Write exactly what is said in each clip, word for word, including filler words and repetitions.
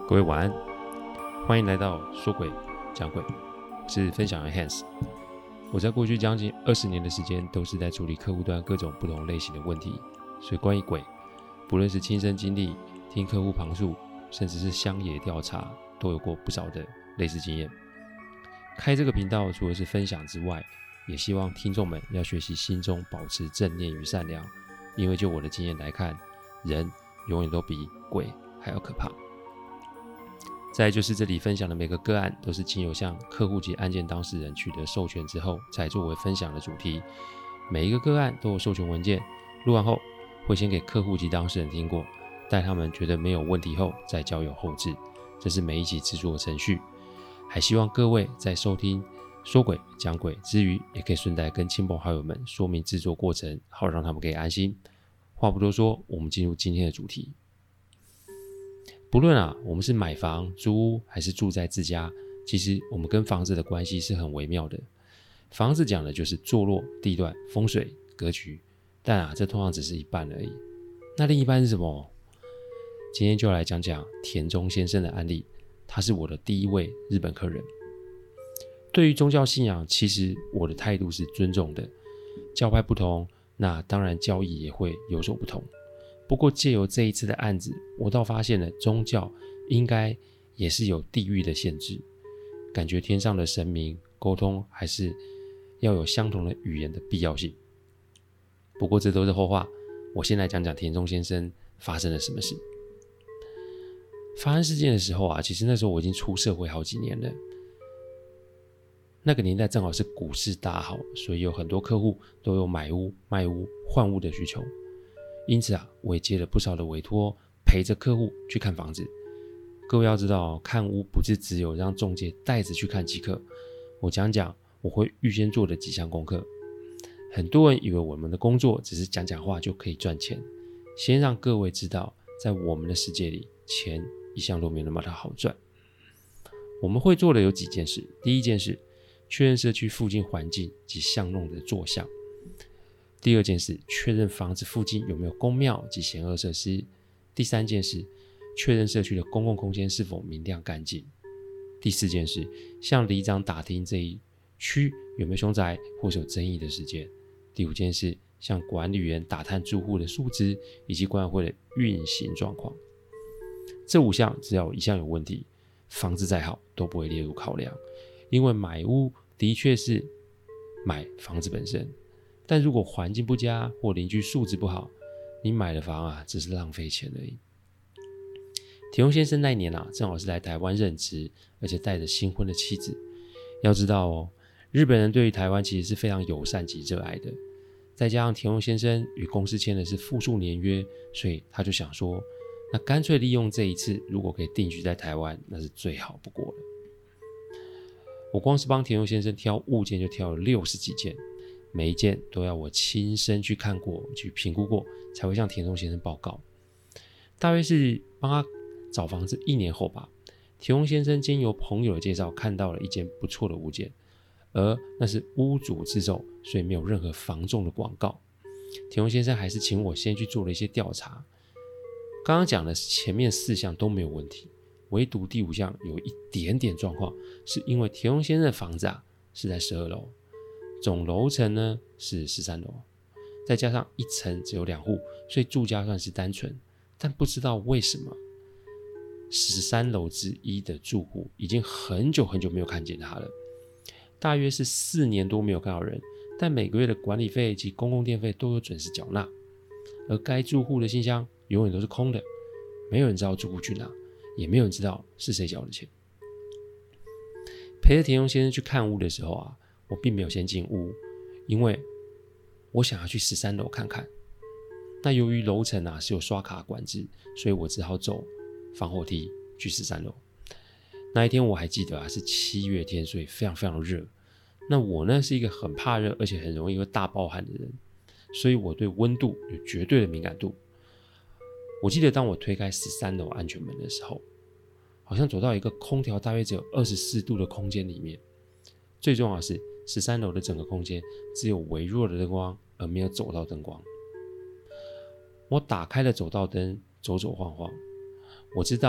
各位晚安，欢迎来到说鬼讲鬼，我是分享人 Hans。我在过去将近二十年的时间，都是在处理客户端各种不同类型的问题，所以关于鬼，不论是亲身经历、听客户旁述，甚至是乡野调查，都有过不少的类似经验。开这个频道除了是分享之外，也希望听众们要学习心中保持正念与善良，因为就我的经验来看，人永远都比鬼还要可怕。再来就是这里分享的每个个案都是经由向客户及案件当事人取得授权之后才作为分享的主题，每一个个案都有授权文件，录完后会先给客户及当事人听过，待他们觉得没有问题后再交由后制，这是每一集制作的程序。还希望各位在收听说鬼讲鬼之余，也可以顺带跟亲朋好友们说明制作过程，好让他们可以安心。话不多说，我们进入今天的主题。不论啊，我们是买房、租屋还是住在自家，其实我们跟房子的关系是很微妙的。房子讲的就是坐落、地段、风水、格局，但啊，这通常只是一半而已。那另一半是什么？今天就来讲讲田中先生的案例，他是我的第一位日本客人。对于宗教信仰，其实我的态度是尊重的，教派不同，那当然教义也会有所不同。不过借由这一次的案子，我倒发现了宗教应该也是有地域的限制，感觉天上的神明沟通还是要有相同的语言的必要性。不过这都是后话，我先来讲讲田中先生发生了什么事。发生事件的时候啊，其实那时候我已经出社会好几年了。那个年代正好是股市大好，所以有很多客户都有买屋、卖屋、换屋的需求。因此啊，我也接了不少的委托，陪着客户去看房子。各位要知道，看屋不是只有让中介带着去看即可。我讲讲我会预先做的几项功课。很多人以为我们的工作只是讲讲话就可以赚钱，先让各位知道，在我们的世界里，钱一向都没那么的好赚。我们会做的有几件事。第一件事，确认社区附近环境及巷弄的坐向。第二件事，确认房子附近有没有公庙及闲恶设施。第三件事，确认社区的公共空间是否明亮干净。第四件事，向里长打听这一区有没有凶宅或是有争议的事件。第五件事，向管理员打探住户的素质以及管委会的运行状况。这五项只要有一项有问题，房子再好都不会列入考量，因为买屋的确是买房子本身，但如果环境不佳或邻居素质不好，你买了房啊，只是浪费钱而已。田中先生那一年啊，正好是来台湾任职，而且带着新婚的妻子。要知道哦，日本人对于台湾其实是非常友善及热爱的。再加上田中先生与公司签的是复数年约，所以他就想说，那干脆利用这一次，如果可以定居在台湾，那是最好不过了。我光是帮田中先生挑物件就挑了六十几件。每一件都要我亲身去看过、去评估过，才会向田中先生报告。大约是帮他找房子一年后吧，田中先生经由朋友的介绍看到了一间不错的物件，而那是屋主自售，所以没有任何房仲的广告。田中先生还是请我先去做了一些调查。刚刚讲的前面四项都没有问题，唯独第五项有一点点状况，是因为田中先生的房子啊是在十二楼。总楼层呢是十三楼，再加上一层只有两户，所以住家算是单纯。但不知道为什么十三楼之一的住户已经很久很久没有看见他了，大约是四年多没有看到人，但每个月的管理费及公共电费都有准时缴纳，而该住户的信箱永远都是空的，没有人知道住户去哪，也没有人知道是谁缴的钱。陪着田中先生去看屋的时候啊，我并没有先进屋，因为我想要去十三楼看看。那由于楼层啊是有刷卡管制，所以我只好走防火梯去十三楼。那一天我还记得啊，是七月天，所以非常非常热。那我呢是一个很怕热，而且很容易会大爆汗的人，所以我对温度有绝对的敏感度。我记得当我推开十三楼安全门的时候，好像走到一个空调大约只有二十四度的空间里面。最重要的是，十三楼的整个空间只有微弱的灯光，而没有走道灯光。我打开了走道灯，走走晃晃。我知道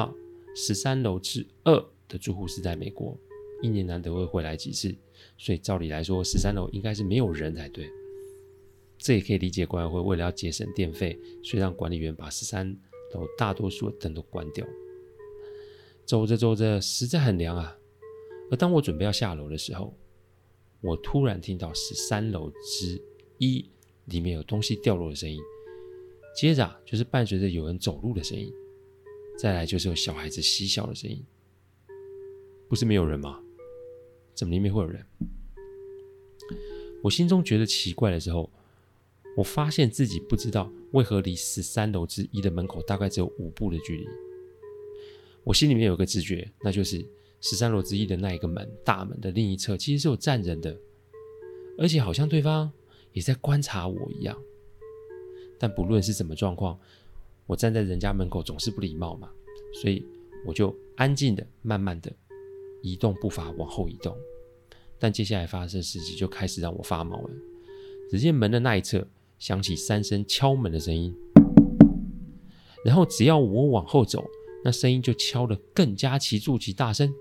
十三楼之二的住户是在美国，一年难得会回来几次，所以照理来说十三楼应该是没有人才对。这也可以理解管委会为了要节省电费，所以让管理员把十三楼大多数的灯都关掉。走着走着实在很凉啊，而当我准备要下楼的时候，我突然听到十三楼之一里面有东西掉落的声音，接着、啊、就是伴随着有人走路的声音，再来就是有小孩子嬉笑的声音。不是没有人吗？怎么里面会有人？我心中觉得奇怪的时候，我发现自己不知道为何离十三楼之一的门口大概只有五步的距离。我心里面有个直觉，那就是十三楼之一的那一个门大门的另一侧其实是有站人的，而且好像对方也在观察我一样。但不论是什么状况，我站在人家门口总是不礼貌嘛，所以我就安静的慢慢的移动步伐往后移动。但接下来发生的事情就开始让我发毛了。只见门的那一侧响起三声敲门的声音，然后只要我往后走，那声音就敲得更加急促其大声。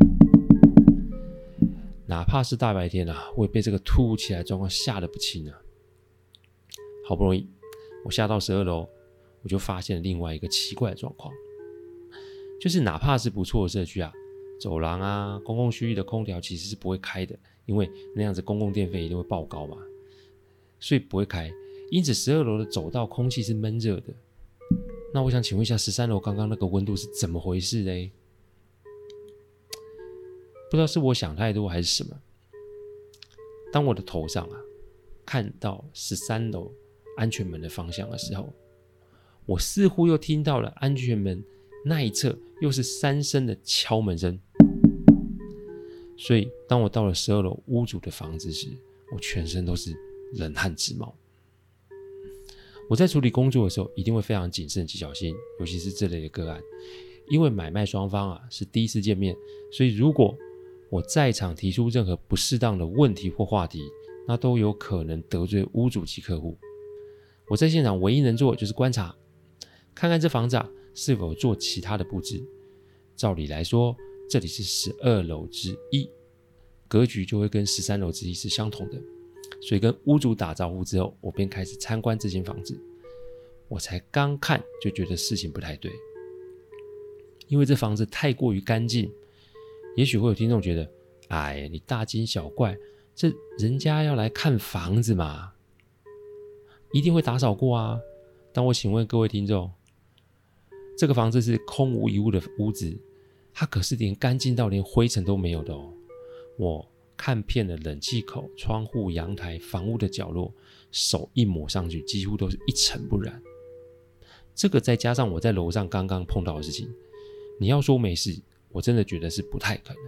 哪怕是大白天啊，我也被这个突如其来的状况吓得不轻啊。好不容易我下到十二楼，我就发现了另外一个奇怪的状况，就是哪怕是不错的社区啊，走廊啊、公共区域的空调其实是不会开的，因为那样子公共电费一定会爆高嘛，所以不会开。因此十二楼的走道空气是闷热的。那我想请问一下，十三楼刚刚那个温度是怎么回事嘞？不知道是我想太多还是什么。当我的头上啊看到十三楼安全门的方向的时候，我似乎又听到了安全门那一侧又是三声的敲门声。所以当我到了十二楼屋主的房子时，我全身都是冷汗直冒。我在处理工作的时候一定会非常谨慎及小心，尤其是这类的个案，因为买卖双方啊是第一次见面，所以如果我在场提出任何不适当的问题或话题，那都有可能得罪屋主及客户。我在现场唯一能做的就是观察，看看这房子啊是否做其他的布置。照理来说，这里是十二楼之一，格局就会跟十三楼之一是相同的。所以跟屋主打招呼之后，我便开始参观这间房子。我才刚看就觉得事情不太对，因为这房子太过于干净。也许会有听众觉得，哎，你大惊小怪，这人家要来看房子嘛，一定会打扫过啊。但我请问各位听众，这个房子是空无一物的屋子，它可是连干净到连灰尘都没有的哦。我看遍了冷气口、窗户、阳台、房屋的角落，手一抹上去，几乎都是一尘不染。这个再加上我在楼上刚刚碰到的事情，你要说没事，我真的觉得是不太可能。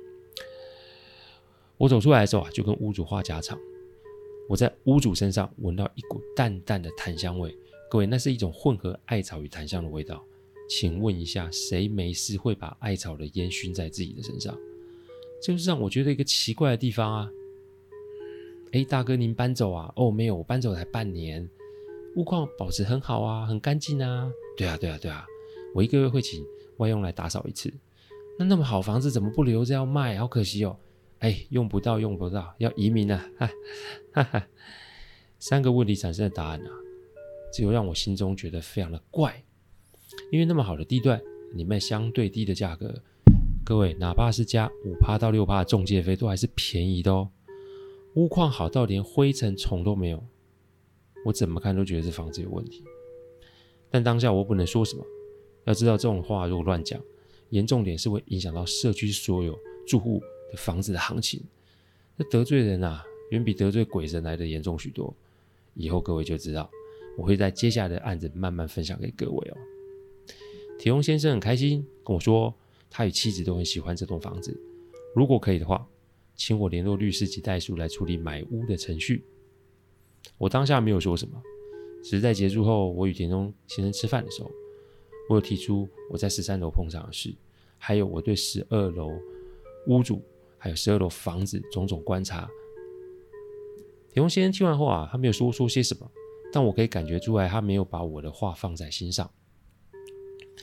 我走出来的时候啊，就跟屋主话家常。我在屋主身上闻到一股淡淡的檀香味，各位，那是一种混合艾草与檀香的味道。请问一下，谁没事会把艾草的烟熏在自己的身上？这就是让我觉得一个奇怪的地方啊。诶，大哥您搬走啊？哦，没有，我搬走才半年，屋况保持很好啊，很干净啊。对啊对啊对啊，我一个月会请外佣来打扫一次。那那么好房子怎么不留着要卖？好可惜哦。哎，用不到用不到，要移民啊。哈哈哈。三个问题产生的答案啊，只有让我心中觉得非常的怪。因为那么好的地段，你卖相对低的价格，各位哪怕是加 百分之五到百分之六 的中介费都还是便宜的哦。屋况好到连灰尘虫都没有，我怎么看都觉得这房子有问题。但当下我不能说什么，要知道这种话如果乱讲，严重点是会影响到社区所有住户的房子的行情。那得罪人啊，远比得罪鬼神来的严重许多。以后各位就知道，我会在接下来的案子慢慢分享给各位哦。铁翁先生很开心跟我说，他与妻子都很喜欢这栋房子，如果可以的话，请我联络律师及代书来处理买屋的程序。我当下没有说什么，只是在结束后，我与田中先生吃饭的时候，我有提出我在十三楼碰上的事，还有我对十二楼屋主还有十二楼房子种种观察。田中先生听完后啊，他没有说说些什么，但我可以感觉出来他没有把我的话放在心上。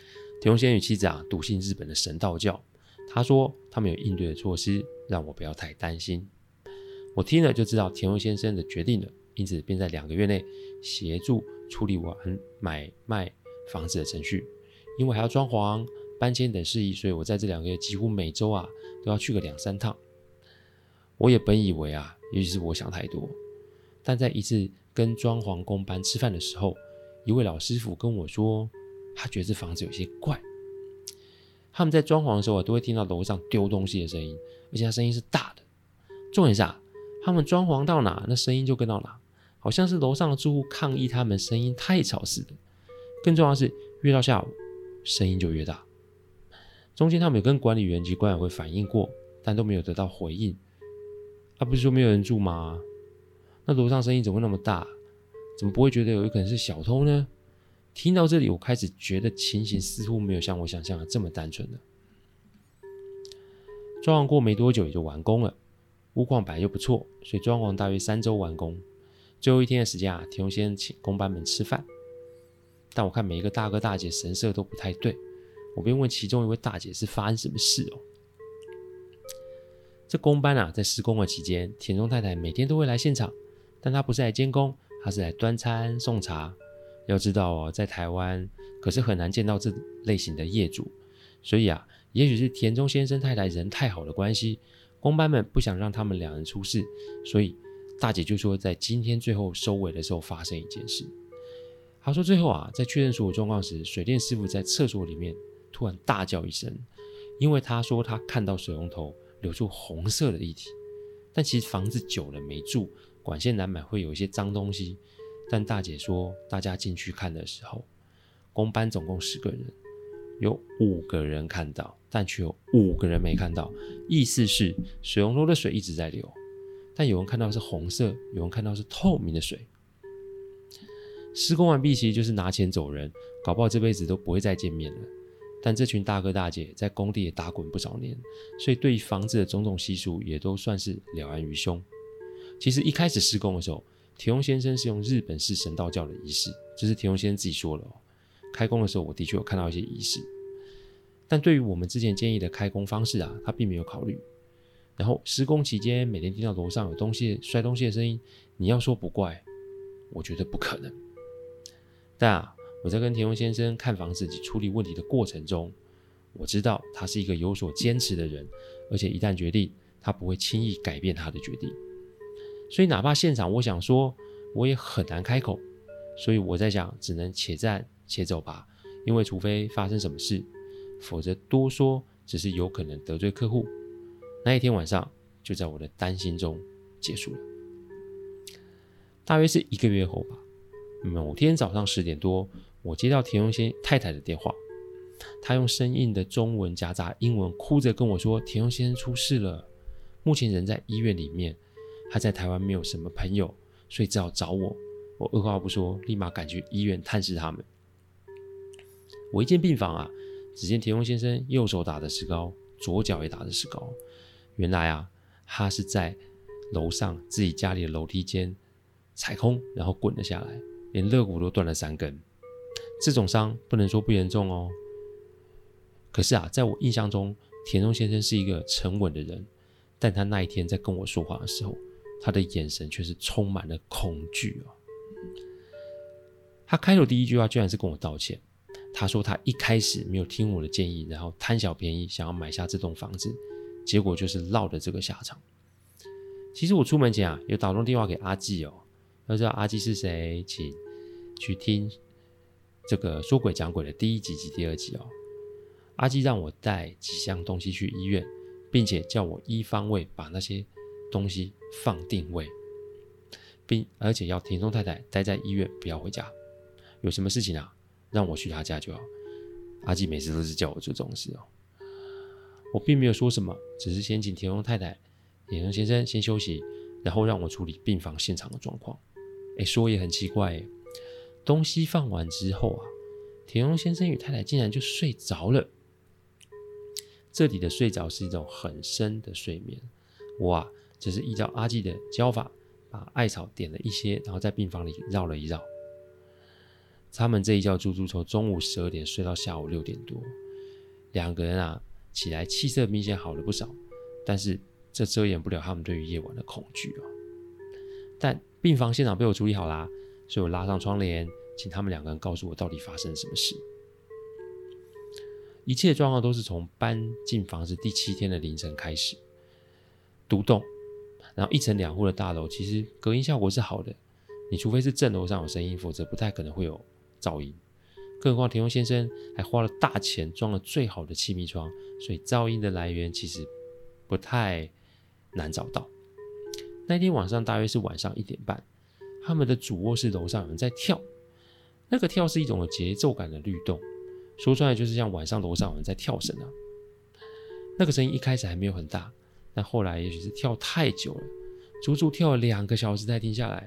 田中先生与妻子啊笃信日本的神道教，他说他们有应对的措施，让我不要太担心。我听了就知道田中先生的决定了，因此便在两个月内协助处理完买卖房子的程序。因为还要装潢、搬迁等事宜，所以我在这两个月几乎每周啊都要去个两三趟。我也本以为啊，也许是我想太多，但在一次跟装潢工班吃饭的时候，一位老师傅跟我说，他觉得这房子有些怪。他们在装潢的时候、啊、都会听到楼上丢东西的声音，而且它声音是大的。重点是啊，他们装潢到哪，那声音就跟到哪，好像是楼上的住户抗议他们声音太吵似的。更重要的是，越到下午声音就越大。中间他们有跟管理员及管委会反映过，但都没有得到回应。啊，不是说没有人住吗？那楼上声音怎么会那么大？怎么不会觉得有可能是小偷呢？听到这里，我开始觉得情形似乎没有像我想象的这么单纯了。装潢过没多久也就完工了，屋况本来就不错，所以装潢大约三周完工。最后一天的时间啊，田中先生请工班们吃饭，但我看每一个大哥大姐神色都不太对，我便问其中一位大姐是发生什么事哦。这工班啊，在施工的期间，田中太太每天都会来现场，但她不是来监工，她是来端餐送茶。要知道哦，在台湾可是很难见到这类型的业主，所以啊，也许是田中先生太太人太好的关系，工班们不想让他们两人出事，所以大姐就说在今天最后收尾的时候发生一件事。她说最后啊，在确认所有状况时，水电师傅在厕所里面突然大叫一声，因为他说他看到水龙头流出红色的液体，但其实房子久了没住，管线难免会有一些脏东西。但大姐说，大家进去看的时候，工班总共十个人，有五个人看到，但却有五个人没看到。意思是水龙头的水一直在流，但有人看到是红色，有人看到是透明的水。施工完毕其实就是拿钱走人，搞不好这辈子都不会再见面了。但这群大哥大姐在工地也打滚不少年，所以对于房子的种种习俗也都算是了然于胸。其实一开始施工的时候，田中先生是用日本式神道教的仪式，这是田中先生自己说的哦。开工的时候我的确有看到一些仪式，但对于我们之前建议的开工方式啊，他并没有考虑。然后施工期间每天听到楼上有东西摔东西的声音，你要说不怪，我觉得不可能。但啊，我在跟田中先生看房子及处理问题的过程中，我知道他是一个有所坚持的人，而且一旦决定，他不会轻易改变他的决定。所以哪怕现场我想说，我也很难开口。所以我在想，只能且战且走吧，因为除非发生什么事，否则多说只是有可能得罪客户。那一天晚上就在我的担心中结束了。大约是一个月后吧，某天早上十点多，我接到田中先太太的电话，她用生硬的中文夹杂英文哭着跟我说，田中先生出事了，目前人在医院里面，他在台湾没有什么朋友，所以只好找我。我二话不说，立马赶去医院探视他们。我一进病房啊，只见田中先生右手打的石膏，左脚也打的石膏。原来啊，他是在楼上自己家里的楼梯间踩空，然后滚了下来，连肋骨都断了三根。这种伤不能说不严重哦。可是啊，在我印象中，田中先生是一个沉稳的人，但他那一天在跟我说话的时候，他的眼神却是充满了恐惧哦。他开头第一句话居然是跟我道歉，他说他一开始没有听我的建议，然后贪小便宜想要买下这栋房子，结果就是落得这个下场。其实我出门前啊，有打通电话给阿纪哦，要知道阿纪是谁，请去听这个说鬼讲鬼的第一集及第二集哦。阿纪让我带几箱东西去医院，并且叫我依方位把那些东西放定位，并而且要田中太太待在医院，不要回家。有什么事情啊，让我去他家就好。阿纪每次都是叫我做这种事哦。我并没有说什么，只是先请田中太太、田中先生先休息，然后让我处理病房现场的状况。诶，说也很奇怪耶，东西放完之后啊，田中先生与太太竟然就睡着了。这里的睡着是一种很深的睡眠。我啊，只是依照阿纪的教法，把艾草点了一些，然后在病房里绕了一绕。 他们这一觉足足从中午十二点睡到下午六点多，两个人啊起来气色明显好了不少，但是这遮掩不了他们对于夜晚的恐惧哦。但病房现场被我处理好啦，所以我拉上窗帘，请他们两个人告诉我到底发生了什么事。一切状况都是从搬进房子第七天的凌晨开始。独栋，然后一层两户的大楼，其实隔音效果是好的，你除非是正楼上有声音，否则不太可能会有噪音。更何况田中先生还花了大钱装了最好的气密窗，所以噪音的来源其实不太难找到。那天晚上大约是晚上一点半，他们的主卧室楼上有人在跳，那个跳是一种有节奏感的律动，说出来就是像晚上楼上有人在跳绳啊。那个声音一开始还没有很大，但后来也许是跳太久了，足足跳了两个小时才停下来。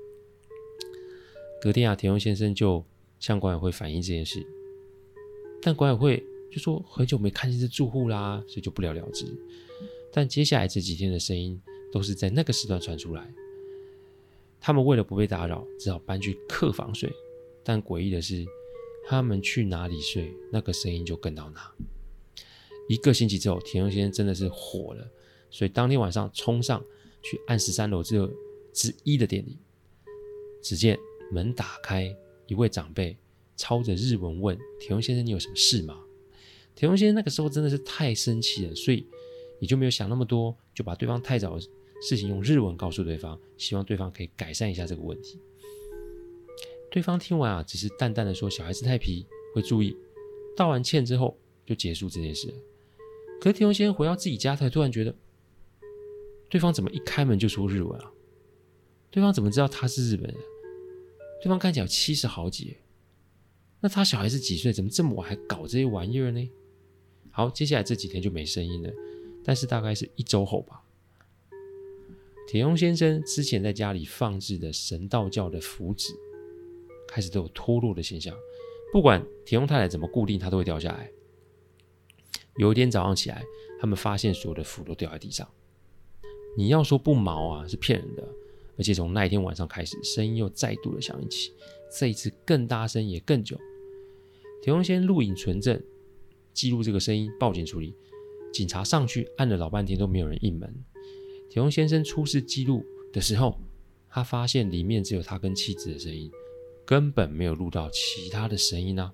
隔天啊，田中先生就向管委会反映这件事，但管委会就说很久没看见这住户啦，所以就不了了之。但接下来这几天的声音都是在那个时段传出来，他们为了不被打扰，只好搬去客房睡。但诡异的是，他们去哪里睡，那个声音就跟到哪。一个星期之后，田中先生真的是火了，所以当天晚上冲上去按十三楼之之一的电铃，只见门打开，一位长辈操着日文问田中先生：“你有什么事吗？”田中先生那个时候真的是太生气了，所以也就没有想那么多，就把对方太早的事情用日文告诉对方，希望对方可以改善一下这个问题。对方听完啊，只是淡淡的说：“小孩子太皮，会注意。”道完歉之后就结束这件事了。可是田中先生回到自己家，才突然觉得，对方怎么一开门就说日文啊？对方怎么知道他是日本人？对方看起来有七十好几，那他小孩子几岁？怎么这么晚还搞这些玩意儿呢？好，接下来这几天就没声音了，但是大概是一周后吧。田中先生之前在家里放置的神道教的符纸，开始都有脱落的现象，不管田中太太怎么固定，它都会掉下来。有一天早上起来，他们发现所有的符都掉在地上。你要说不毛啊，是骗人的。而且从那一天晚上开始，声音又再度的响起，这一次更大声也更久。田中先录影存证，记录这个声音，报警处理。警察上去按了老半天都没有人应门。田中先生出示记录的时候，他发现里面只有他跟妻子的声音，根本没有录到其他的声音啊。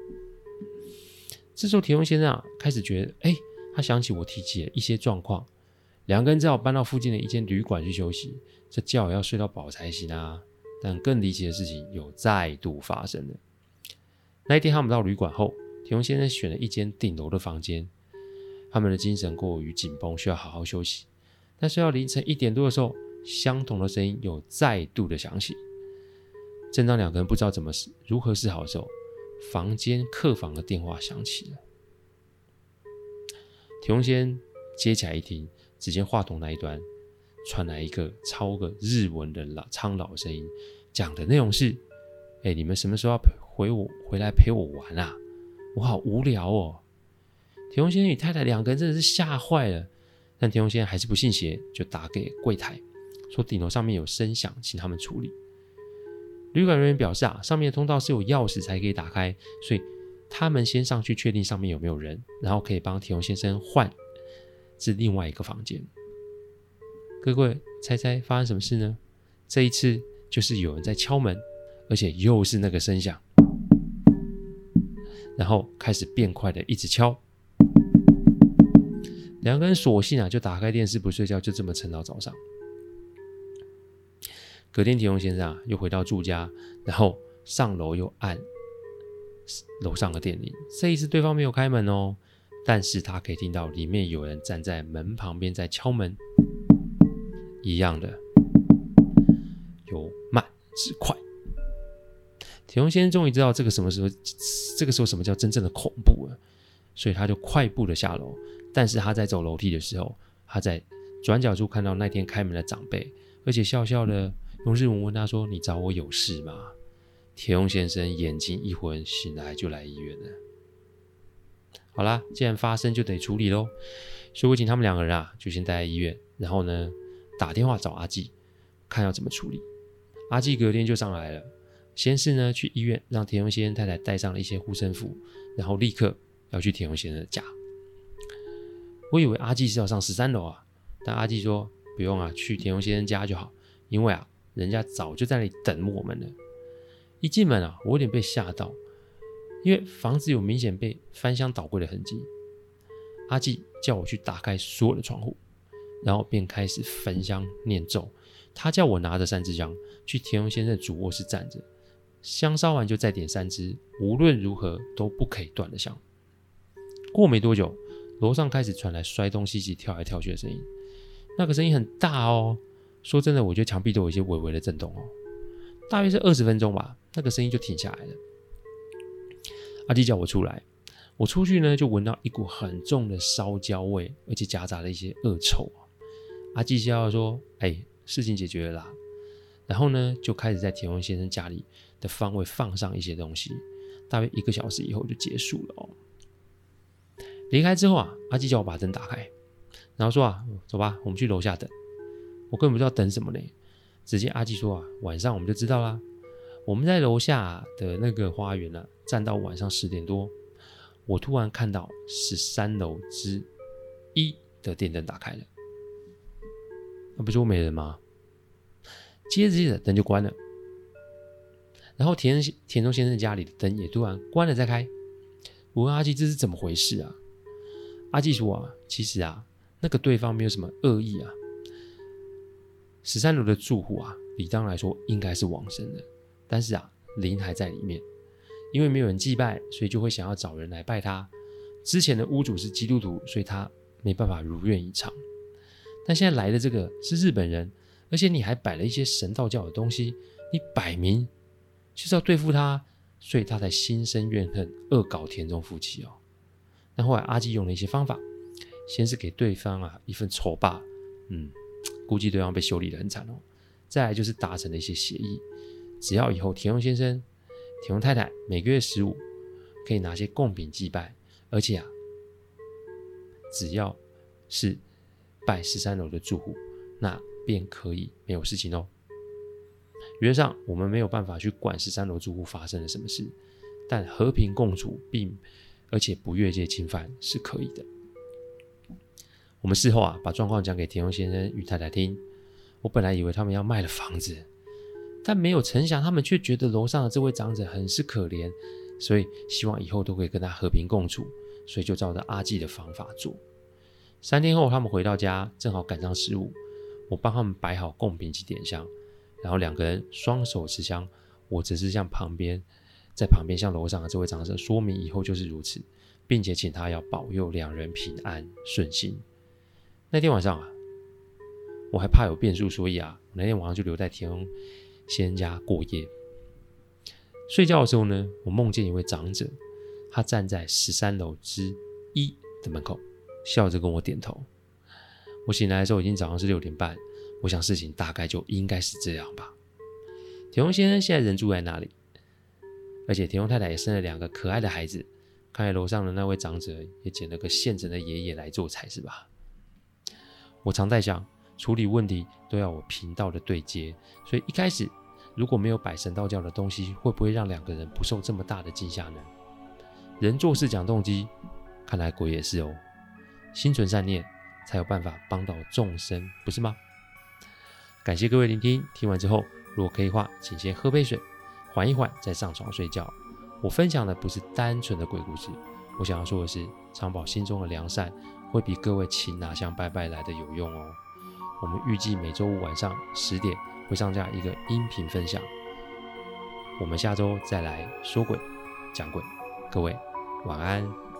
这时候田中先生啊开始觉得，哎，他想起我提起的一些状况，两个人只好搬到附近的一间旅馆去休息。这觉也要睡到饱才行啊！但更离奇的事情又再度发生了。那一天他们到旅馆后，田中先生选了一间顶楼的房间。他们的精神过于紧绷，需要好好休息。但睡到凌晨一点多的时候，相同的声音又再度的响起。正当两个人不知道怎么如何是好的时候，房间客房的电话响起了。田中先生接起来一听，只见话筒那一端传来一个超个日文的老苍老声音，讲的内容是：哎，你们什么时候要回我回来陪我玩啊？我好无聊哦。田中先生与太太两个人真的是吓坏了，但田中先生还是不信邪，就打给柜台，说顶楼上面有声响，请他们处理。旅馆人员表示啊，上面的通道是有钥匙才可以打开，所以他们先上去确定上面有没有人，然后可以帮田中先生换至另外一个房间。各位猜猜发生什么事呢？这一次就是有人在敲门，而且又是那个声响，然后开始变快的一直敲。两个人索性啊就打开电视不睡觉，就这么撑到早上。隔天田中先生啊又回到住家，然后上楼又按楼上的电铃。这一次对方没有开门哦，但是他可以听到里面有人站在门旁边在敲门。一样的，由慢至快。田中先生终于知道这个什么时候，这个时候什么叫真正的恐怖了，所以他就快步的下楼。但是他在走楼梯的时候，他在转角处看到那天开门的长辈，而且笑笑的用日文问他说：“你找我有事吗？”田中先生眼睛一昏，醒来就来医院了。好啦，既然发生就得处理咯，所以我请他们两个人啊，就先待在医院，然后呢打电话找阿纪，看要怎么处理。阿纪隔天就上来了， 先是呢去医院让田荣先生太太带上了一些护身符，然后立刻要去田荣先生的家。我以为阿纪是要上十三楼啊，但阿纪说不用啊，去田荣先生家就好，因为啊人家早就在那里等我们了。一进门啊，我有点被吓到，因为房子有明显被翻箱倒柜的痕迹。阿纪叫我去打开所有的窗户，然后便开始焚香念咒。他叫我拿着三支香去田荣先生的主卧室站着，香烧完就再点三支，无论如何都不可以断的香。过没多久，楼上开始传来摔东西及跳来跳去的声音，那个声音很大哦。说真的，我觉得墙壁都有一些微微的震动哦。大约是二十分钟吧，那个声音就停下来了。阿纪叫我出来，我出去呢就闻到一股很重的烧焦味，而且夹杂了一些恶臭。阿纪笑笑说：“哎，事情解决了啦。”然后呢，就开始在田荣先生家里的方位放上一些东西，大约一个小时以后就结束了哦。离开之后啊，阿纪叫我把灯打开，然后说啊，走吧，我们去楼下等。我根本不知道等什么呢。只见阿纪说啊，晚上我们就知道啦。我们在楼下的那个花园啊，站到晚上十点多，我突然看到十三楼之一的电灯打开了。那不是我没人吗？接着接着灯就关了，然后田田中先生家里的灯也突然关了再开。我问阿纪这是怎么回事啊？阿纪说啊，其实啊，那个对方没有什么恶意啊。十三楼的住户啊，理当来说应该是往生的，但是啊，灵还在里面，因为没有人祭拜，所以就会想要找人来拜他。之前的屋主是基督徒，所以他没办法如愿以偿。但现在来的这个是日本人，而且你还摆了一些神道教的东西，你摆明就是要对付他，所以他才心生怨恨，恶搞田中夫妻哦。那后来阿纪用了一些方法，先是给对方啊一份丑霸，嗯，估计对方被修理得很惨哦。再来就是达成了一些协议，只要以后田中先生、田中太太每个月十五可以拿些贡品祭拜，而且啊，只要是拜十三楼的住户，那便可以没有事情哦。原则上我们没有办法去管十三楼住户发生了什么事，但和平共处并而且不越界侵犯是可以的。我们事后啊，把状况讲给田中先生与太太听。我本来以为他们要卖了房子，但没有成想他们却觉得楼上的这位长者很是可怜，所以希望以后都可以跟他和平共处，所以就照着阿纪的方法做。三天后他们回到家，正好赶上十五，我帮他们摆好贡品及点香，然后两个人双手持香，我只是向旁边在旁边向楼上的这位长者说明以后就是如此，并且请他要保佑两人平安顺心。那天晚上啊，我还怕有变数，所以啊，我那天晚上就留在田中先生家过夜。睡觉的时候呢，我梦见一位长者，他站在十三楼之一的门口，笑着跟我点头。我醒来的时候已经早上是六点半，我想事情大概就应该是这样吧。田中先生现在人住在那里，而且田中太太也生了两个可爱的孩子，看来楼上的那位长者也捡了个现成的爷爷来做才是吧。我常在想，处理问题都要有频道的对接，所以一开始如果没有摆神道教的东西，会不会让两个人不受这么大的惊吓呢？人做事讲动机，看来鬼也是哦。心存善念，才有办法帮到众生，不是吗？感谢各位聆听，听完之后，如果可以的话，请先喝杯水，缓一缓，再上床睡觉。我分享的不是单纯的鬼故事，我想要说的是，常保心中的良善，会比各位请拿香拜拜来的有用哦。我们预计每周五晚上十点会上架一个音频分享，我们下周再来说鬼讲鬼，各位晚安。